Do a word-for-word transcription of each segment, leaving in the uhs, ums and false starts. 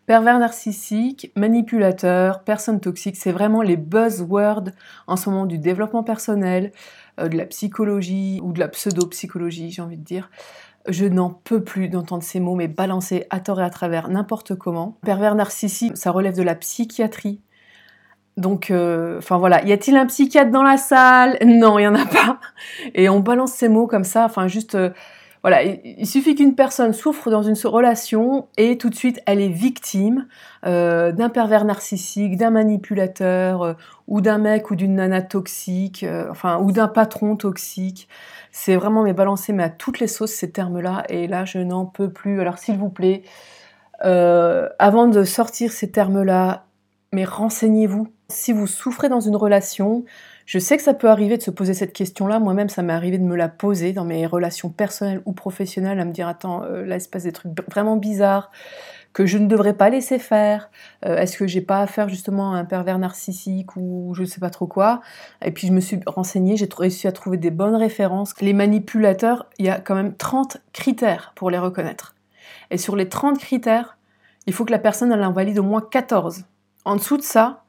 Pervers narcissique, manipulateur, personne toxique, c'est vraiment les buzzwords en ce moment du développement personnel, euh, de la psychologie ou de la pseudo-psychologie, j'ai envie de dire. Je n'en peux plus d'entendre ces mots, mais balancés à tort et à travers, n'importe comment. Pervers narcissique, ça relève de la psychiatrie. Donc, euh, enfin voilà, y a-t-il un psychiatre dans la salle? Non, il y en a pas. Et on balance ces mots comme ça, enfin juste... Euh, Voilà, il suffit qu'une personne souffre dans une relation et tout de suite elle est victime euh, d'un pervers narcissique, d'un manipulateur euh, ou d'un mec ou d'une nana toxique, euh, enfin ou d'un patron toxique. C'est vraiment mais balancé mais à toutes les sauces ces termes-là et là je n'en peux plus. Alors s'il vous plaît, euh, avant de sortir ces termes-là, mais renseignez-vous. Si vous souffrez dans une relation, je sais que ça peut arriver de se poser cette question-là. Moi-même, ça m'est arrivé de me la poser dans mes relations personnelles ou professionnelles, à me dire, attends, euh, là, il se passe des trucs vraiment bizarres que je ne devrais pas laisser faire. Euh, est-ce que j'ai pas affaire justement à un pervers narcissique ou je ne sais pas trop quoi? Et puis, je me suis renseignée, j'ai réussi à trouver des bonnes références. Les manipulateurs, il y a quand même trente critères pour les reconnaître. Et sur les trente critères, il faut que la personne, elle en valide au moins quatorze. En dessous de ça,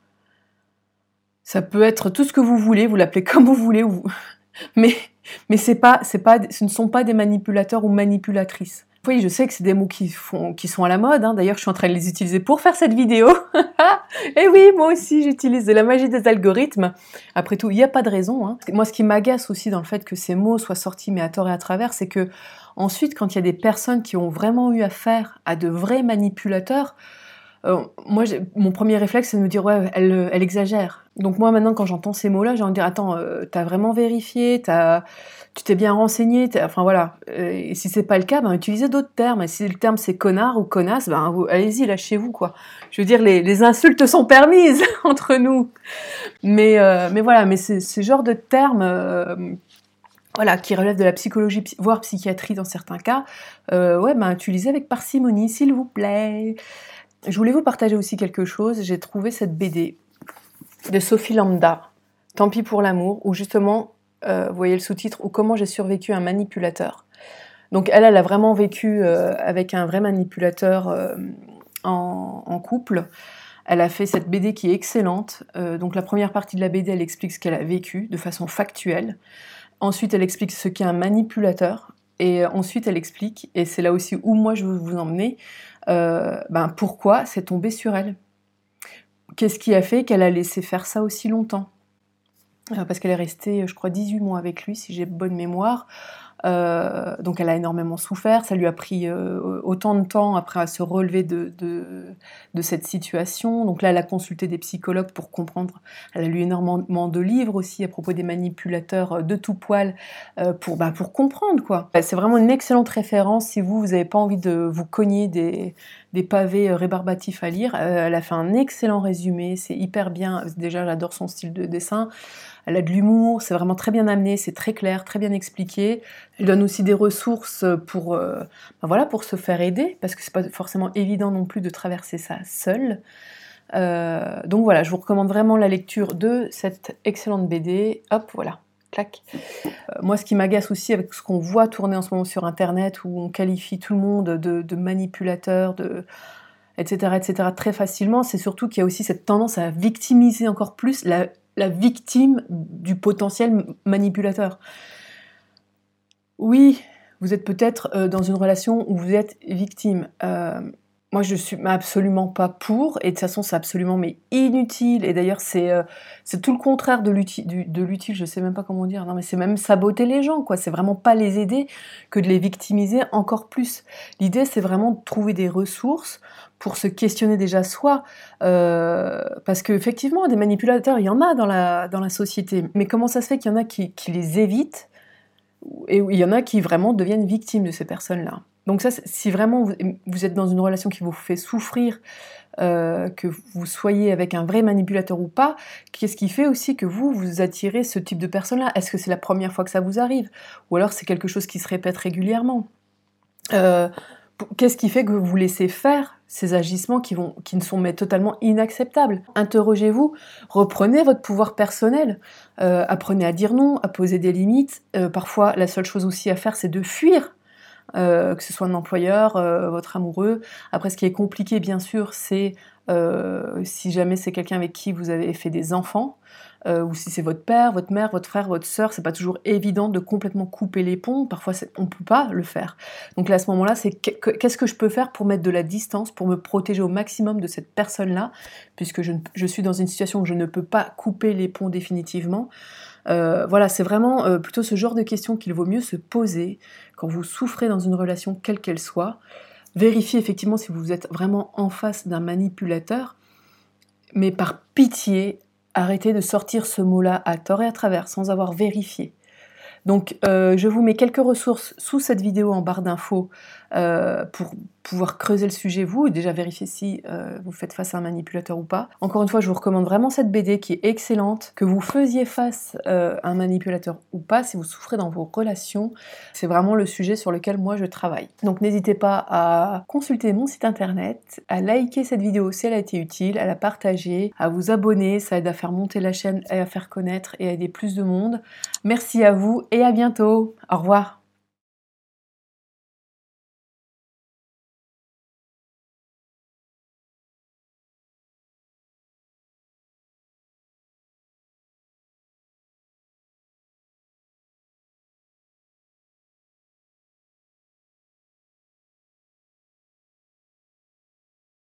ça peut être tout ce que vous voulez, vous l'appelez comme vous voulez, ou... mais, mais c'est pas, c'est pas, ce ne sont pas des manipulateurs ou manipulatrices. Oui, je sais que c'est des mots qui, font, qui sont à la mode, hein. D'ailleurs je suis en train de les utiliser pour faire cette vidéo. Et oui, moi aussi j'utilise de la magie des algorithmes. Après tout, il n'y a pas de raison. Hein. Moi, ce qui m'agace aussi dans le fait que ces mots soient sortis, mais à tort et à travers, c'est que ensuite, quand il y a des personnes qui ont vraiment eu affaire à de vrais manipulateurs, Euh, moi, mon premier réflexe, c'est de me dire, ouais, elle, elle exagère. Donc moi, maintenant, quand j'entends ces mots-là, j'ai envie de dire, attends, euh, t'as vraiment vérifié, t'as, tu t'es bien renseigné, enfin voilà. Euh, et si c'est pas le cas, ben utilisez d'autres termes. Et si le terme c'est connard ou connasse, ben vous, allez-y, lâchez-vous quoi. Je veux dire, les, les insultes sont permises entre nous. Mais, euh, mais voilà, mais c'est ce genre de termes. Euh, Voilà, qui relèvent de la psychologie, voire psychiatrie dans certains cas, euh, ouais, ben utilisez avec parcimonie, s'il vous plaît. Je voulais vous partager aussi quelque chose. J'ai trouvé cette B D de Sophie Lambda, Tant pis pour l'amour, où justement, euh, vous voyez le sous-titre, ou comment j'ai survécu à un manipulateur. Donc elle, elle a vraiment vécu euh, avec un vrai manipulateur euh, en, en couple. Elle a fait cette B D qui est excellente. Euh, donc la première partie de la B D, elle explique ce qu'elle a vécu de façon factuelle. Ensuite, elle explique ce qu'est un manipulateur. Et ensuite, elle explique, et c'est là aussi où moi je veux vous emmener, euh, ben pourquoi c'est tombé sur elle. Qu'est-ce qui a fait qu'elle a laissé faire ça aussi longtemps? euh, Parce qu'elle est restée, je crois, dix-huit mois avec lui, si j'ai bonne mémoire. Euh, donc elle a énormément souffert, ça lui a pris euh, autant de temps après à se relever de, de, de cette situation. Donc là, elle a consulté des psychologues pour comprendre. Elle a lu énormément de livres aussi à propos des manipulateurs de tout poil euh, pour, bah, pour comprendre quoi. C'est vraiment une excellente référence si vous, vous n'avez pas envie de vous cogner des, des pavés rébarbatifs à lire. Euh, elle a fait un excellent résumé, c'est hyper bien. Déjà, j'adore son style de dessin. Elle a de l'humour, c'est vraiment très bien amené, c'est très clair, très bien expliqué. Elle donne aussi des ressources pour, euh, ben voilà, pour se faire aider, parce que c'est pas forcément évident non plus de traverser ça seule. Euh, donc voilà, je vous recommande vraiment la lecture de cette excellente B D. Hop, voilà, clac. Euh, moi, ce qui m'agace aussi avec ce qu'on voit tourner en ce moment sur Internet, où on qualifie tout le monde de, de manipulateur, de... et cetera, et cetera, très facilement, c'est surtout qu'il y a aussi cette tendance à victimiser encore plus la, la victime du potentiel manipulateur. Oui, vous êtes peut-être euh, dans une relation où vous êtes victime. Euh, moi, je suis absolument pas pour, et de toute façon, c'est absolument mais inutile. Et d'ailleurs, c'est euh, c'est tout le contraire de l'utile, de l'utile. Je sais même pas comment dire. Non, mais c'est même saboter les gens, quoi. C'est vraiment pas les aider que de les victimiser encore plus. L'idée, c'est vraiment de trouver des ressources pour se questionner déjà soi, euh, parce qu'effectivement, des manipulateurs, il y en a dans la, dans la société. Mais comment ça se fait qu'il y en a qui, qui les évitent, et il y en a qui vraiment deviennent victimes de ces personnes-là. Donc ça, si vraiment vous, vous êtes dans une relation qui vous fait souffrir, euh, que vous soyez avec un vrai manipulateur ou pas, qu'est-ce qui fait aussi que vous, vous attirez ce type de personne-là? Est-ce que c'est la première fois que ça vous arrive? Ou alors c'est quelque chose qui se répète régulièrement? euh, Qu'est-ce qui fait que vous laissez faire ces agissements qui, vont, qui ne sont mais totalement inacceptables? Interrogez-vous, reprenez votre pouvoir personnel, euh, apprenez à dire non, à poser des limites. Euh, parfois, la seule chose aussi à faire, c'est de fuir. euh, que ce soit un employeur, euh, votre amoureux. Après, ce qui est compliqué, bien sûr, c'est euh, si jamais c'est quelqu'un avec qui vous avez fait des enfants, euh, ou si c'est votre père, votre mère, votre frère, votre sœur, c'est pas toujours évident de complètement couper les ponts. Parfois, on peut pas le faire. Donc là, à ce moment-là, c'est qu'est-ce que je peux faire pour mettre de la distance, pour me protéger au maximum de cette personne-là, puisque je, je suis dans une situation où je ne peux pas couper les ponts définitivement. Euh, voilà, c'est vraiment euh, plutôt ce genre de questions qu'il vaut mieux se poser quand vous souffrez dans une relation, quelle qu'elle soit. Vérifiez effectivement si vous êtes vraiment en face d'un manipulateur, mais par pitié, arrêtez de sortir ce mot-là à tort et à travers sans avoir vérifié. Donc, euh, je vous mets quelques ressources sous cette vidéo en barre d'infos euh, pour pouvoir creuser le sujet vous et déjà vérifier si euh, vous faites face à un manipulateur ou pas. Encore une fois, je vous recommande vraiment cette B D qui est excellente, que vous faisiez face euh, à un manipulateur ou pas, si vous souffrez dans vos relations. C'est vraiment le sujet sur lequel moi je travaille. Donc n'hésitez pas à consulter mon site internet, à liker cette vidéo si elle a été utile, à la partager, à vous abonner, ça aide à faire monter la chaîne et à faire connaître et à aider plus de monde. Merci à vous et à bientôt. Au revoir.